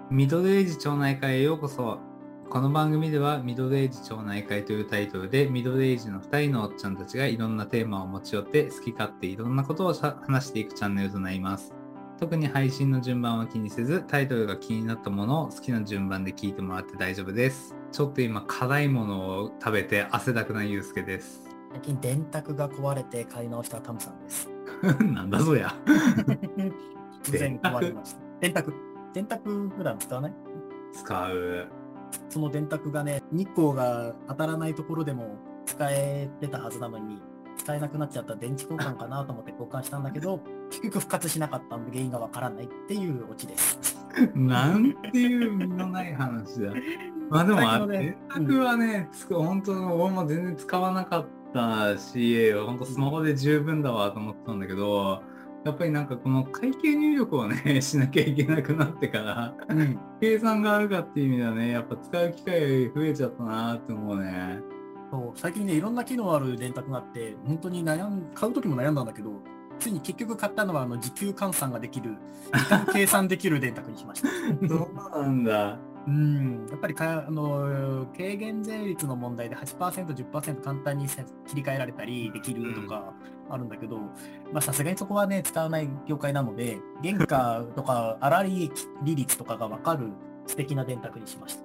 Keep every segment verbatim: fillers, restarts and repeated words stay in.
ミドルエイジ町内会へようこそ。この番組ではミドルエイジ町内会というタイトルでミドルエイジのふたりのおっちゃんたちがいろんなテーマを持ち寄って好き勝手いろんなことを話していくチャンネルとなります。特に配信の順番は気にせず、タイトルが気になったものを好きな順番で聞いてもらって大丈夫です。ちょっと今辛いものを食べて汗だくなゆうすけです。 最近電卓が壊れて買い直したタムさんです。 なんだそりゃ。 突然壊れました。電卓。電卓普段使わない？ 使う。 その電卓がね、日光が当たらないところでも使えてたはずなのに、使えなくなっちゃった電池交換かなと思って交換したんだけど、結局復活しなかったんで原因がわからないっていうオチです。 なんていう身のない話だ。まあでも、あ電卓はね、うん、本当俺も全然使わなかったし、本当スマホで十分だわと思ってたんだけど、やっぱりなんかこの会計入力をねしなきゃいけなくなってから、うん、計算があるかっていう意味ではね、やっぱ使う機会増えちゃったなって思うね。 そう最近ね、いろんな機能ある電卓があって、本当に悩ん買う時も悩んだんだけど、ついに結局買ったのはあの時給換算ができる、時間計算できる電卓にしました。 そうなんだ。 うん、やっぱりかあの軽減税率の問題で はちパーセント、じゅっパーセント 簡単に切り替えられたりできるとかあるんだけど、まあさすがにそこはね使わない業界なので、原価とか粗利利率とかが分かる素敵な電卓にしました。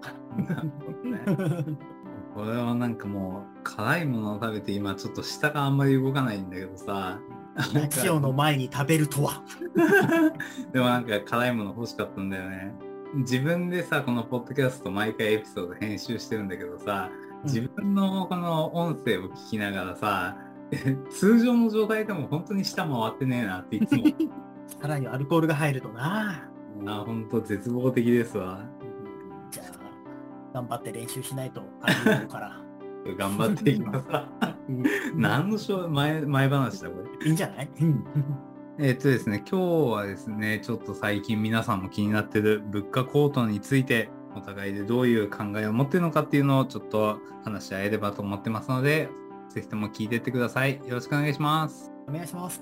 これはなんかもう辛いものを食べて今ちょっと舌があんまり動かないんだけどさ、 ラジオの前に食べるとは。 でもなんか辛いもの欲しかったんだよね。自分でさ、このポッドキャスト毎回エピソード編集してるんだけどさ、自分のこの音声を聞きながらさ、通常の状態でも本当に舌回ってねえなっていつも。 さらにアルコールが入るとな。 あ、本当絶望的ですわ。 じゃあ頑張って練習しないとから頑張っていきます。何の前前話だこれ。 いいんじゃない？ えっとですね、今日はですね、ちょっと最近皆さんも気になってる物価高騰について、お互いでどういう考えを持ってるのかっていうのをちょっと話し合えればと思ってますので、ぜひとも聞いていってください。よろしくお願いします。 お願いします。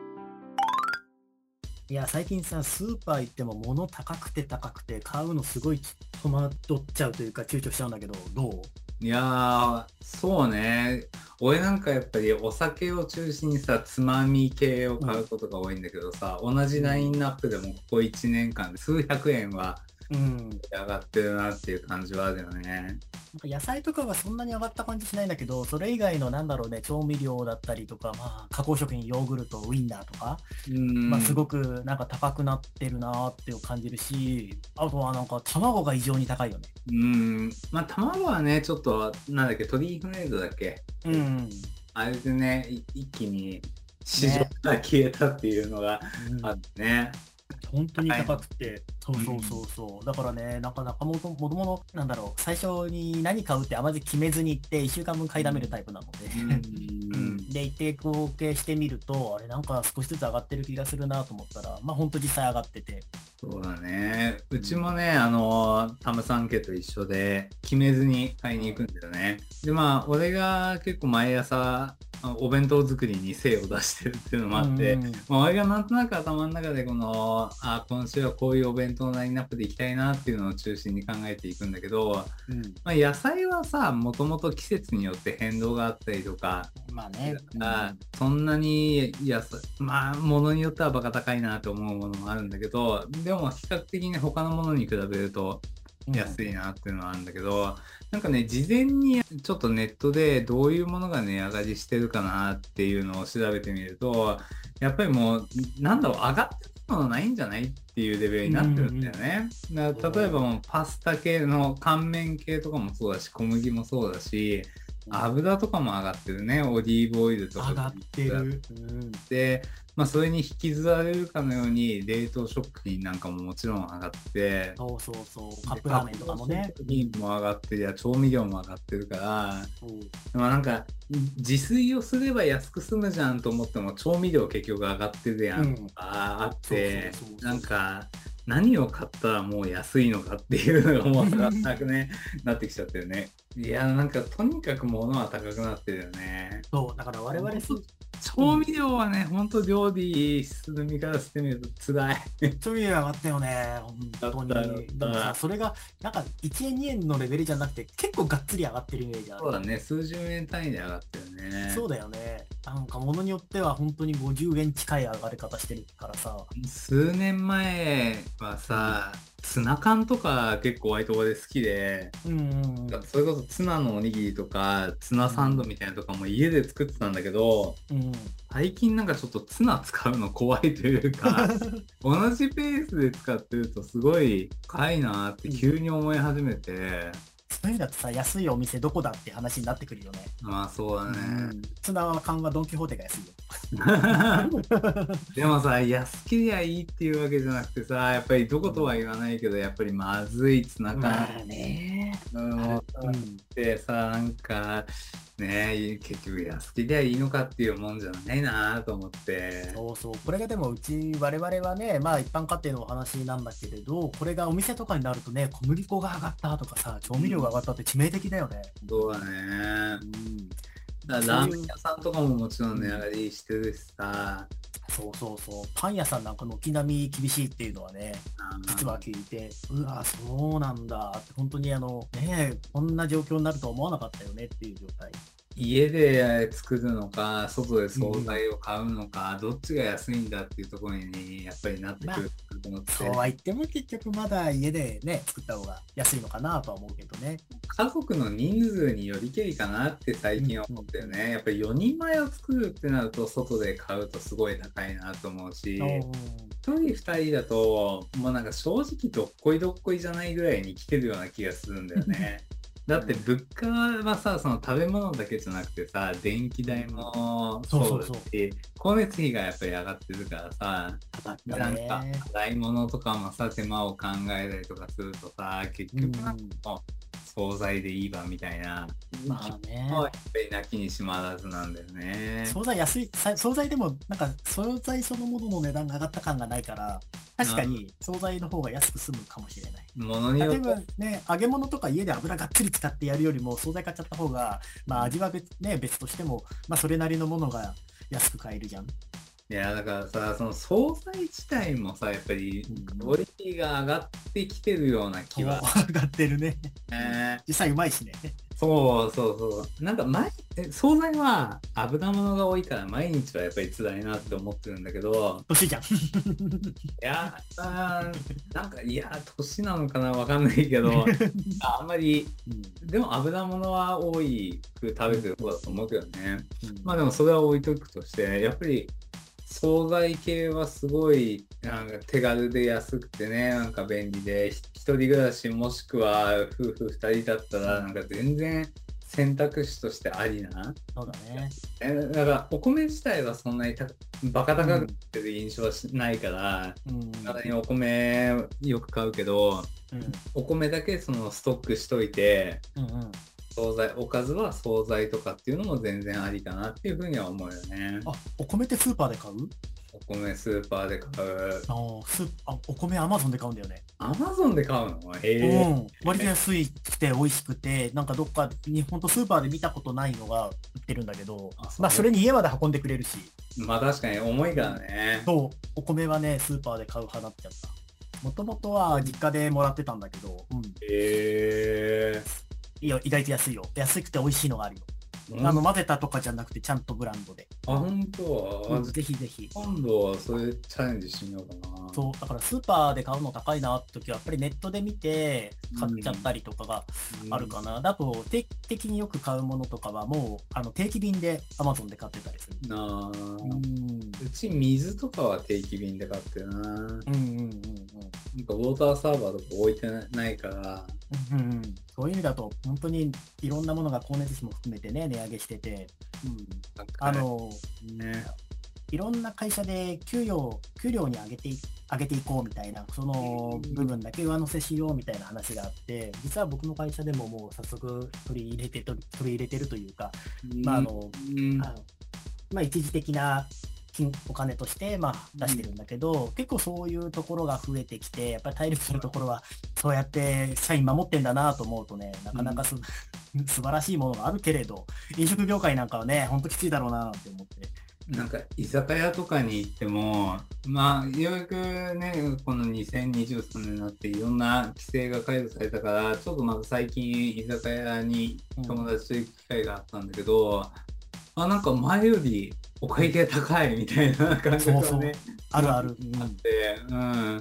いや、最近さ、スーパー行っても物高くて高くて買うのすごい戸惑っちゃうというか躊躇しちゃうんだけど、どう？ いやー、そうね。俺なんかやっぱりお酒を中心にさ、つまみ系を買うことが多いんだけどさ、うん、同じラインナップでもここいちねんかんで数百円は上がってるなっていう感じはあるよね。 なんか野菜とかはそんなに上がった感じしないんだけど、それ以外のなんだろうね、調味料だったりとか、まあ、加工食品、ヨーグルト、ウインナーとか、うんまあ、すごくなんか高くなってるなっていう感じるし、あとはなんか卵が異常に高いよね。 うん、まあ卵はね、ちょっと、なんだっけ、鳥インフルエンザだっけ。うん。あれでね、一気に市場から消えたっていうのがあってね。 うん、本当に高くて、そうそうそうそう、うん、だからね、なんか中本もともとなんだろう、最初に何買うってあまり決めずに行っていっしゅうかんぶん買いだめるタイプなので、うんうん、で一定合計してみると、あれなんか少しずつ上がってる気がするなと思ったら、まあ本当実際上がってて。 そうだね。うちもね、あのタムさん家と一緒で決めずに買いに行くんだよね。でまあ俺が結構毎朝お弁当作りに精を出してるっていうのもあって、うんまあ、俺がなんとなく頭の中でこのあ今週はこういうお弁当のラインナップでいきたいなっていうのを中心に考えていくんだけど、うんまあ、野菜はさもともと季節によって変動があったりとか、まあね、うん、そんなに野菜まあ物によってはバカ高いなと思うものもあるんだけど、でも比較的に他のものに比べると安いなっていうのはあるんだけど、うん、なんかね事前にちょっとネットでどういうものが値上がりしてるかなっていうのを調べてみると、やっぱりもうなんだろう上がってるものないんじゃないっていうレベルになってるんだよね。うんうん、だから例えばもうパスタ系の乾麺系とかもそうだし、小麦もそうだし、油とかも上がってるね。オリーブオイルとか上がってる、うん、 でまあ、それに引きずられるかのように冷凍食品なんかももちろん上がって、 そうそうそうカップラーメンとかもね、 食品も上がってりゃ調味料も上がってるから、うん、でもなんか自炊をすれば安く済むじゃんと思っても調味料結局上がってるやんとかあって、なんか何を買ったらもう安いのかっていうのがもう分からなくねなってきちゃってるね。いやなんかとにかく物は高くなってるよね。 そうだから我々 調味料はね、ほんと料理する身からしてみると辛い。 調味料上がったよね、本当だったよに。でもさ、それが、なんかいちえんにえんのレベルじゃなくて、結構がっつり上がってるイメージある。 そうだね、数十円単位で上がってるね。 そうだよね。なんか物によっては本当にごじゅうえん近い上がり方してるからさ。 数年前はさ、ツナ缶とか結構割と俺好きで、 うんうんうん。 それこそツナのおにぎりとかツナサンドみたいなのとかも家で作ってたんだけど、 うん最近なんかちょっとツナ使うの怖いというか同じペースで使ってるとすごい高いなって急に思い始めて、 そういう意味だとさ、安いお店どこだって話になってくるよね。 まあそうだね、 うん。ツナ缶はドン・キホーテが安いよ。 でもさ、安けりゃいいっていうわけじゃなくてさ、やっぱりどことは言わないけど、やっぱりまずいツナ缶、 まあね。 うん、 うんでさ、なんかね、結局安けりゃいいのかっていうもんじゃないなと思って。 そうそう。これがでもうち我々はね、まあ一般家庭のお話なんだけれど、これがお店とかになるとね、小麦粉が上がったとかさ、調味料が上がったって致命的だよね。 そうだね。 うんだからラーメン屋さんとかももちろん値上がりしてるしさ、 そうそうそう。パン屋さんなんか軒並み厳しいっていうのはね、実は聞いて、うわ、そうなんだって、本当にあの、ねえ、こんな状況になるとは思わなかったよねっていう状態。 家で作るのか、外で惣菜を買うのか、どっちが安いんだっていうところにやっぱりなってくると思って、 そうは言っても結局まだ家でね、作った方が安いのかなとは思うけどね。 家族の人数によりけりかなって最近思ってるね。やっぱりよにんまえを作るってなると、外で買うとすごい高いなと思うし、ひとりふたりだと、もうなんか正直どっこいどっこいじゃないぐらいに来てるような気がするんだよね。だって物価はさ、その食べ物だけじゃなくてさ、電気代もそうだし、光熱費がやっぱり上がってるからさ、なんか洗い物とかもさ、手間を考えたりとかするとさ、結局なんか惣菜でいいわみたいな、 まあね、 やっぱりなきにしまらずなんだよね。 惣菜安い、惣菜でもなんか惣菜そのものの値段が上がった感がないから、確かに惣菜の方が安く済むかもしれない。 ものによって例えばね、揚げ物とか家で油がっつり使ってやるよりも惣菜買っちゃった方が、まあ味は別、ね、別としても、まあそれなりのものが安く買えるじゃん。 いやだからさ、その惣菜自体もさ、やっぱりクオリティが上がってきてるような気は。 上がってるね。 えー、 実際うまいしね。 そうそうそう。なんか毎、惣菜は油物が多いから毎日はやっぱり辛いなって思ってるんだけど。 年じゃん。いやあ、なんか、いや、年なのかなわかんないけど、あんまり、うん、でも油物は多いく食べてる方だと思うけどね。うん、まあでもそれは置いとくとして、やっぱり、惣菜系はすごいなんか手軽で安くてね、なんか便利で、一人暮らしもしくは夫婦二人だったらなんか全然選択肢としてありな。 そうだね。 えだからお米自体はそんなにたバカ高くなってる印象はないから、うん、ただにお米よく買うけど、うん、お米だけそのストックしといて、うんうん、惣菜おかずは惣菜とかっていうのも全然ありかなっていうふうには思うよね。 あ、お米ってスーパーで買う？ お米スーパーで買う。 あスあお米アマゾンで買うんだよね。 アマゾンで買うの？へえ、 うん。割と安くて美味しくて、なんかどっか日本とスーパーで見たことないのが売ってるんだけど、あまあそれに家まで運んでくれるし。 まあ確かに重いからね。 そう、お米はね、スーパーで買う派になっちゃった。もともとは実家でもらってたんだけど、うん。へえ。 いいよ、意外と安いよ。安くて美味しいのがあるよ。うん、あの混ぜたとかじゃなくてちゃんとブランドで。 あ、本当、うん、 ぜひぜひ。 今度はそれチャレンジしてみようかな。 そう、だからスーパーで買うの高いなって時はやっぱりネットで見て買っちゃったりとかがあるかな。うん、だと定期的によく買うものとかはもうあの定期便で Amazon で買ってたりする。 なあ、うん。うち水とかは定期便で買ってるな。うんうんうんうん。なんかウォーターサーバーとか置いてないから。 うんうん、そういう意味だと本当にいろんなものが光熱費も含めてね値上げしてて、うん、あの、ね、いろんな会社で給与給料に上げてい上げていこうみたいなその部分だけ上乗せしようみたいな話があって、実は僕の会社でももう早速取り入れて取り入れてるというか、うん、まああの、うん、あのまあ一時的なお金として、まあ、出してるんだけど、うん、結構そういうところが増えてきて、やっぱり体力するところはそうやって社員守ってんだなと思うとね、なかなかす、うん、素晴らしいものがあるけれど、飲食業界なんかはね、ほんときついだろうなって思って。 なんか居酒屋とかに行っても、まあ、ようやくね、このにせんにじゅうさんねんになっていろんな規制が解除されたから、ちょっとまた最近居酒屋に友達と行く機会があったんだけど、あ、なんか前よりお会計高いみたいな感覚そうそう。 がね、 あるある。 あって、うん。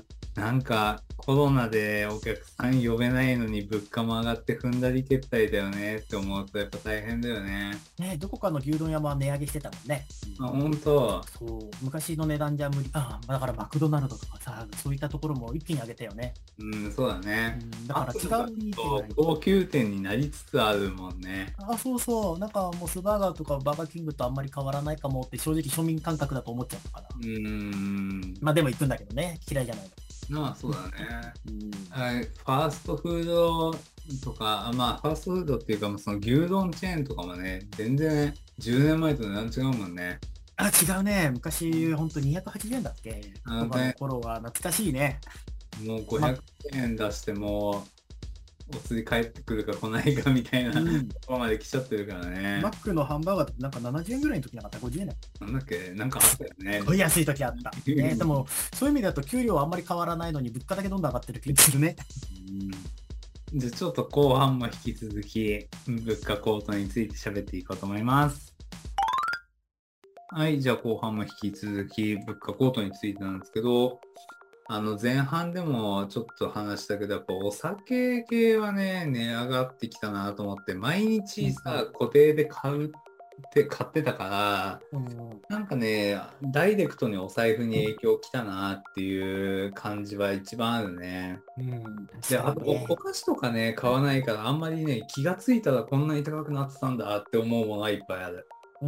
なんかコロナでお客さん呼べないのに物価も上がって踏んだり蹴ったりだよねって思うとやっぱ大変だよね。 ね、どこかの牛丼屋も値上げしてたもんね。 あ、ほんと。 そう、昔の値段じゃ無理。ああ、だからマクドナルドとかさ、そういったところも一気に上げたよね。 うん、そうだね。 うん、だから気軽に行けない。 高級店になりつつあるもんね。 あ、そうそう。なんかもうスバーガーとかバーガーキングとあんまり変わらないかもって正直庶民感覚だと思っちゃったかな。 うーん。 まあでも行くんだけどね。嫌いじゃないの。 まあそうだね。 うんあファーストフードとか、あまあファーストフードっていうか、その牛丼チェーンとかもね、全然じゅうねんまえと値段違うもんね。 あ、違うね。昔、ほんとにひゃくはちじゅうえんだっけあとかのね、 頃は懐かしいね。 もうごひゃくえん出しても、お釣り返ってくるか来ないかみたいなとうん。 ころまで来ちゃってるからね。 マックのハンバーガーってなんかななじゅうえんぐらいの時なかった ?ごじゅう 円だっなんだっけ、なんかあったよね。 け安い時あった。ね、でも、そういう意味だと給料はあんまり変わらないのに物価だけどんどん上がってる気がするね。 うん、じゃあちょっと後半も引き続き物価高騰について喋っていこうと思います。はい、じゃあ後半も引き続き物価高騰についてなんですけど、あの前半でもちょっと話したけど、やっぱお酒系はね、値上がってきたなと思って、毎日さ、固定で買うって買ってたから、 うん。 なんかね、ダイレクトにお財布に影響きたなっていう感じは一番あるね。 うん。 で、あとお、 確かにね。 お菓子とかね、買わないから、あんまりね、気がついたらこんなに高くなってたんだって思うものがいっぱいある。 うん、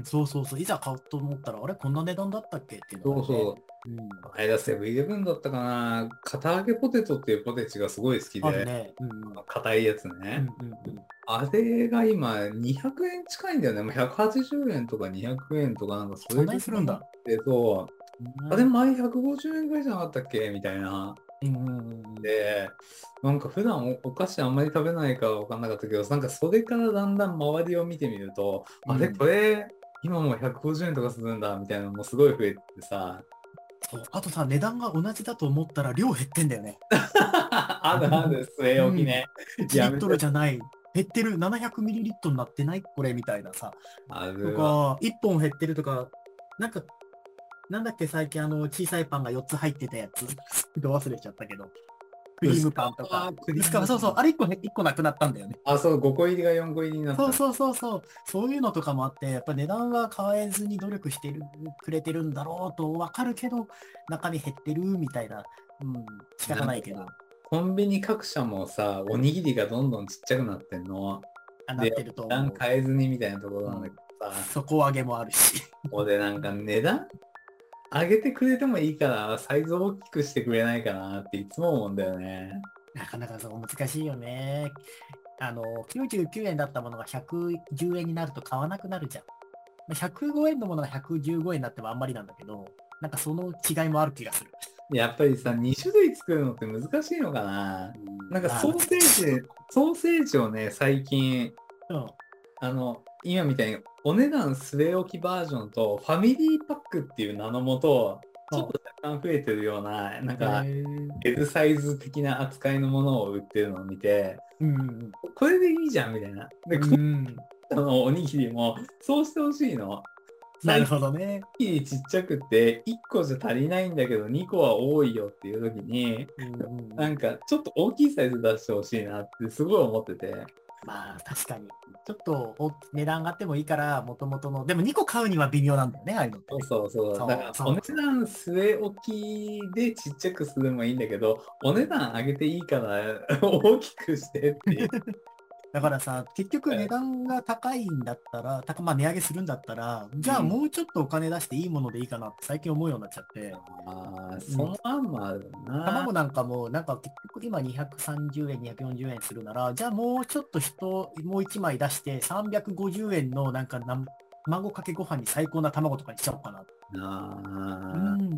そうそうそう。いざ買おうと思ったら、あれこんな値段だったっけっていうのがね。 そうそう。 うん。 あれだ、セブンイレブンだったかな。堅揚げポテトっていうポテチがすごい好きで、 あるね。うんうん。 硬いやつうんね。 うんうん。 あれが今にひゃくえん近いんだよね。もうひゃくはちじゅうえんとかにひゃくえんとかなんかそれそんなにするんだ。 で、そう。あれうん前ひゃくごじゅうえんぐらいじゃなかったっけみたいな。 うんうんうんで、なんか普段お、お菓子あんまり食べないから分かんなかったけど、なんかそれからだんだん周りを見てみると、あれうん。 これ今もひゃくごじゅうえんとかするんだみたいなのもすごい増えてさ、 そう。あとさ、値段が同じだと思ったら量減ってんだよね。 あるある据え置きね。 いちリットルじゃない。減ってる。ななひゃくミリリットルになってないこれみたいなさ。とあるわ。 か、いっぽん減ってるとか、なんか、なんだっけ最近あの小さいパンがよっつ入ってたやつ。ど忘れちゃったけど。クリームパンとか。 クリーム薄皮そうそう。あれいっこ、いっこなくなったんだよね。 あ、そう、ごこ入りがよんこ入りになった。 そうそうそうそう。そういうのとかもあって、やっぱ値段は変えずに努力してるくれてるんだろうとわかるけど、中身減ってるみたいな。うん、仕方ないけど。 コンビニ各社もさ、おにぎりがどんどんちっちゃくなってんの。 あなってると値段思う。 変えずにみたいなところなんだけどさ、 底上げもあるし。 俺なんか値段上げてくれてもいいからサイズ大きくしてくれないかなっていつも思うんだよね。 なかなかそう難しいよね。あの、きゅうじゅうきゅうえんだったものがひゃくじゅうえんになると買わなくなるじゃん。ひゃくごえんのものがひゃくじゅうごえんになってもあんまりなんだけど、なんかその違いもある気がする。 やっぱりさ、に種類作るのって難しいのかな。なんかソーセージ、ソーセージをね、最近、 うん、 あの、今みたいにお値段据え置きバージョンとファミリーパックっていう名のもと、ちょっと若干増えてるような、なんか、L サイズ的な扱いのものを売ってるのを見て、 うんうんこれでいいじゃんみたいな。で、 うん、 こうんのおにぎりもそうしてほしいの。 なるほどね。 最近ちっちゃくていっこじゃ足りないんだけどにこは多いよっていう時に、 うんうん、 なんかちょっと大きいサイズ出してほしいなってすごい思ってて。 まあ確かに。ちょっとお値段上がってもいいから、もともとの。でもにこ買うには微妙なんだよね、ああいうのって、ね。 そうそうそう。だからお値段据え置きでちっちゃくするのもいいんだけど、お値段上げていいから大きくしてっていう。 だからさ、結局値段が高いんだったら、たまあ値上げするんだったら、じゃあもうちょっとお金出していいものでいいかなって最近思うようになっちゃって。 ああ、その案もあるな。 卵なんかも、なんか結局今にひゃくさんじゅうえん、にひゃくよんじゅうえんするなら、じゃあもうちょっと人、もういちまい出してさんびゃくごじゅうえんのなんかな卵かけご飯に最高な卵とかにしちゃおうかな。 あうん、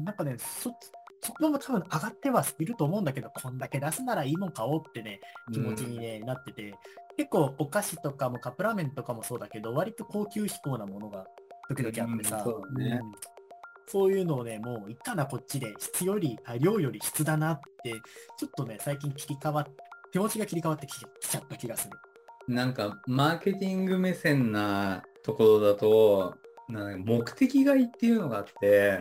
なんかね、そ、そこも多分上がってはいると思うんだけど、こんだけ出すならいいもん買おうってね、気持ちに、ね、なってて、結構お菓子とかもカップラーメンとかもそうだけど、割と高級志向なものが時々あってさ、 うんそうだねうんそういうのをね、もういったなこっちで質より、あ量より質だなって、ちょっとね、最近切り替わっ、気持ちが切り替わってきちゃった気がする。 なんか、マーケティング目線なところだと、なんか目的買いっていうのがあって、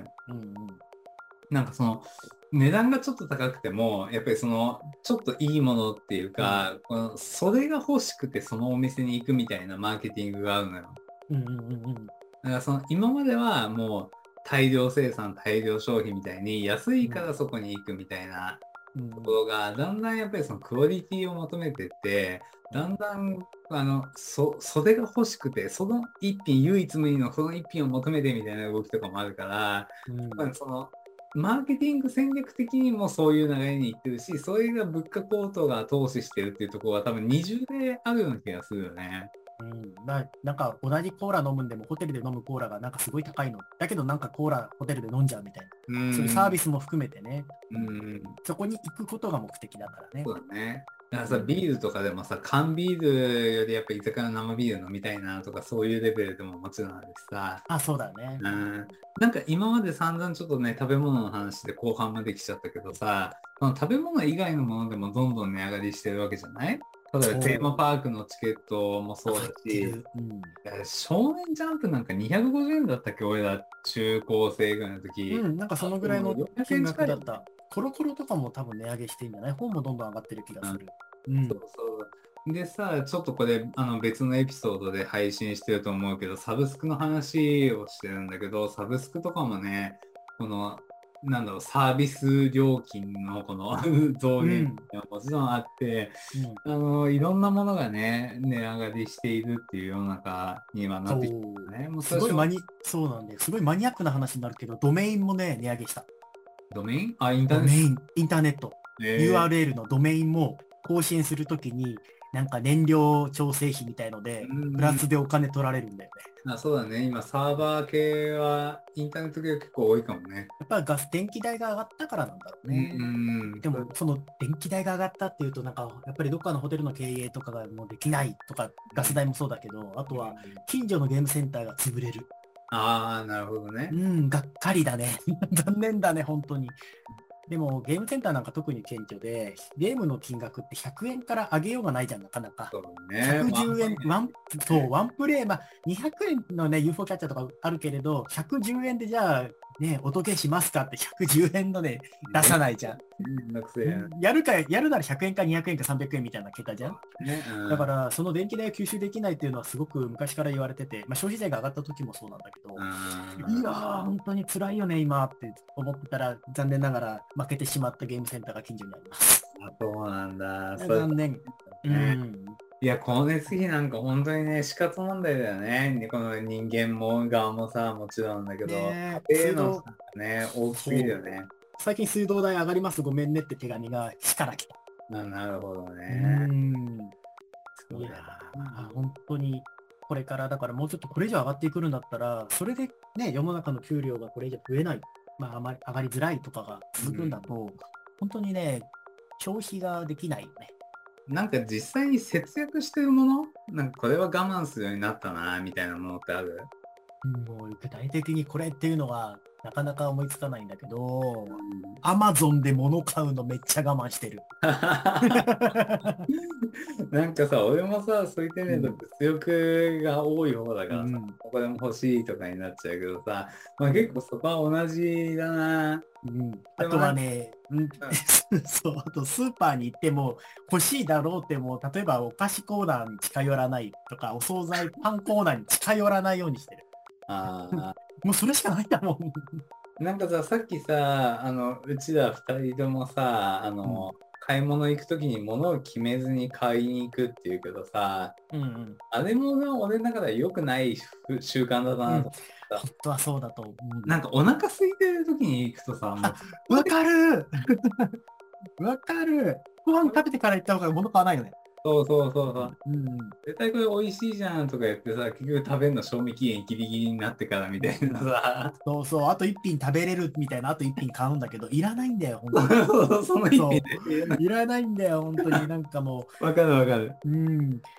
うんうん。 なんかその、値段がちょっと高くても、やっぱりその、ちょっといいものっていうか、このそれが欲しくてそのお店に行くみたいなマーケティングがあるのよ。 うんうんうんうん。 だからその、今まではもう、大量生産、大量消費みたいに、安いからそこに行くみたいなうんところが、だんだんやっぱりそのクオリティを求めてって、だんだん、あの、そ、それが欲しくて、その一品、唯一無二のその一品を求めてみたいな動きとかもあるから、やうんっぱりその、マーケティング戦略的にもそういう流れにいってるし、それが物価高騰が後押ししてるっていうところは多分二重であるような気がするよね。 うん、ななんか同じコーラ飲むんでもホテルで飲むコーラがなんかすごい高いの。だけどなんかコーラホテルで飲んじゃうみたいな。 うんそういうサービスも含めてね、 うん。 そこに行くことが目的だからね。 そうだね。だからさ、ビールとかでもさ、缶ビールよりやっぱ居酒屋の生ビール飲みたいなとか、そういうレベルでももちろんあるしさ。 あ、そうだね。 うん。なんか今まで散々ちょっとね、食べ物の話で後半まで来ちゃったけどさ、この食べ物以外のものでもどんどん値上がりしてるわけじゃない？例えばテーマパークのチケットもそうだ上がってし、 るうん、 いや少年ジャンプなんかにひゃくごじゅうえんだったっけ俺ら中高生ぐらいの時。 うん、なんかそのぐらいのよんひゃくえ金ん近いよね額だった。コロコロとかも多分値上げしてんじゃない？本もどんどん上がってる気がする。うん。 そうそう。でさ、ちょっとこれ、あの別のエピソードで配信してると思うけど、サブスクの話をしてるんだけど、サブスクとかもね、この、なんだろう、サービス料金のこの増減はもちろんあって、 うん、 あの、いろんなものがね、値上がりしているっていう世の中にはなそってきてう。 るね。もうすごいマニ、そうなんで、すごいマニアックな話になるけど、ドメインもね、値上げした。 ドメインあ、インターネッドメイン、インターネット、 ト。えーユーアールエル のドメインも更新するときに、なんか燃料調整費みたいので、 うんプラスでお金取られるんだよね。 あ、そうだね。今、サーバー系は、インターネット系が結構多いかもね。 やっぱりガス、電気代が上がったからなんだろうね。 うん。 でも、その電気代が上がったっていうと、なんか、やっぱりどっかのホテルの経営とかがもうできないとか、ガス代もそうだけど、あとは、近所のゲームセンターが潰れる。 ああ、なるほどねう。ん、がっかりだね。残念だね、本当に。でも、ゲームセンターなんか特に顕著で、ゲームの金額ってひゃくえんから上げようがないじゃん、なかなか。 そうね。 ひゃくじゅうえん、 まあワン、そう、ワンプレイ、まあ、にひゃくえんのね、ユーフォー キャッチャーとかあるけれど、ひゃくじゅうえんでじゃあ、ね、お届けしますかってひゃくじゅうえんのね、出さないじゃん。 めんどくせえややるか、やるならひゃくえんかにひゃくえんかさんびゃくえんみたいな桁じゃん。 ね。うんだから、その電気代を吸収できないっていうのはすごく昔から言われてて、まあ、消費税が上がった時もそうなんだけど、 うんいやー、本当に辛いよね、今って思ってたら、残念ながら負けてしまったゲームセンターが近所にあります。 あそうなんだ。それ残念。うねん。 いや、光熱費なんか本当にね、死活問題だよね。この人間も側もさ、もちろんだけど、 ねえ家庭の水道さね、大きすぎるよね。 最近水道代上がります、ごめんねって手紙が市から来た。 あなるほどうね。 ん。 そうだいやー、本当に、これからだからもうちょっとこれ以上上がってくるんだったら、それでね、世の中の給料がこれ以上増えない、まあ、あまり上がりづらいとかが続くんだと、本当にね、消費ができないよね。 なんか実際に節約してるものなんかこれは我慢するようになったな、みたいなものってあるもう具体的にこれっていうのはなかなか思いつかないんだけど、アマゾンで物買うのめっちゃ我慢してる。 なんかさ、俺もさ、そういった意味で物欲が多い方だからさ、 うんここでも欲しいとかになっちゃうけどさ、まあ、結構そこは同じだな。 うん、あとはね、うん、そう、あとスーパーに行っても欲しいだろうってもう、例えばお菓子コーナーに近寄らないとか、お惣菜パンコーナーに近寄らないようにしてる。 あもうそれしかないんだもん。 ーなんかさ、さっきさ、あの、うちら二人ともさ、あの、買い物行くときに物を決めずに買いに行くっていうけどさ、 うんうん。 あれもな俺の中では良くない習慣だなと思ってさ、 本当はそうだと思う。 なんかお腹空いてるときに行くとさ、もうわかるわかるご飯食べてから行った方が物買わないよね。 そうそうそうそう。 うん。 絶対これ美味しいじゃんとか言ってさ、結局食べるの賞味期限ギリギリになってからみたいなさ。 そうそう、あと一品食べれるみたいな、あと一品買うんだけど、いらないんだよ、本当に。 そうそう、その意味で。 いらないんだよ、本当に。なんかもわかるわかる。 う、うん。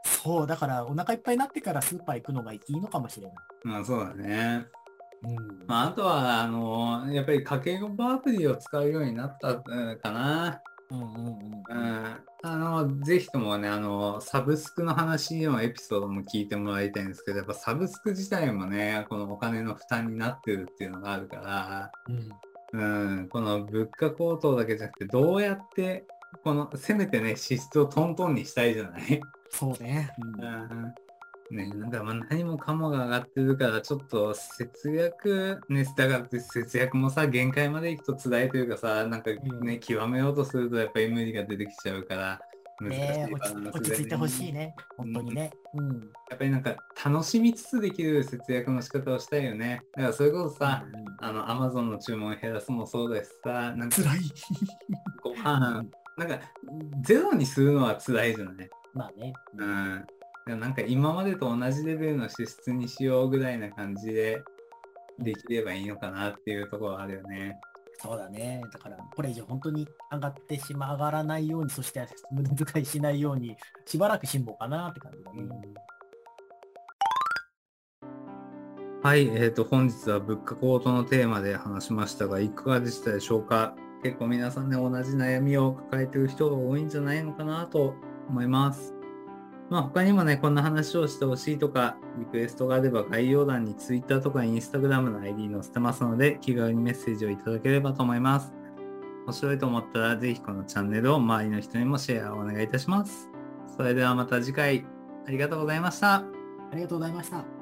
そう、だからお腹いっぱいになってからスーパー行くのがいいのかもしれない。 まあそうだね。 うん。 まああとは、あの、やっぱり家計簿アプリを使うようになった、うんかな。 うんうんうんうん。 うん。あの、ぜひともね、あの、サブスクの話のエピソードも聞いてもらいたいんですけど、やっぱサブスク自体もね、このお金の負担になってるっていうのがあるから、 うん。 うん、この物価高騰だけじゃなくて、どうやって、この、せめてね、支出をトントンにしたいじゃない。 そうね。ううん。 んね、なんかまあ何もかもが上がってるから、ちょっと節約、ね、だから節約もさ、限界までいくと辛いというかさ、なんかうん。 ね、極めようとするとやっぱり無理が出てきちゃうから、難しねえ、 いバ落ち、 ランスで落ち着いてほしいね。 ね。 うん、 本当にね。うん。 やっぱりなんか楽しみつつできる節約の仕方をしたいよね。だからそれこそうんうさ、 ん。 あの、アマゾンの注文を減らすもそうだしさ、なんか辛い。 ごうんう飯、 ん。 なんかゼロにするのは辛いじゃない。 まあね。ううん。 ん。でもなんか今までと同じレベルの支出にしようぐらいな感じでうん。 できればいいのかなっていうところはあるよね。 そうだね。だから、これ以上本当に上がってしま、上がらないように、そして無駄遣いしないように、しばらく辛抱かなって感じだね。 はい、えーと、本日は物価高騰のテーマで話しましたが、いかがでしたでしょうか。結構皆さんね、同じ悩みを抱えている人が多いんじゃないのかなと思います。まあ、他にもね、こんな話をしてほしいとか、リクエストがあれば概要欄に Twitter とか Instagram の アイディー 載せてますので、気軽にメッセージをいただければと思います。面白いと思ったら、ぜひこのチャンネルを周りの人にもシェアをお願いいたします。それではまた次回、ありがとうございました。 ありがとうございました。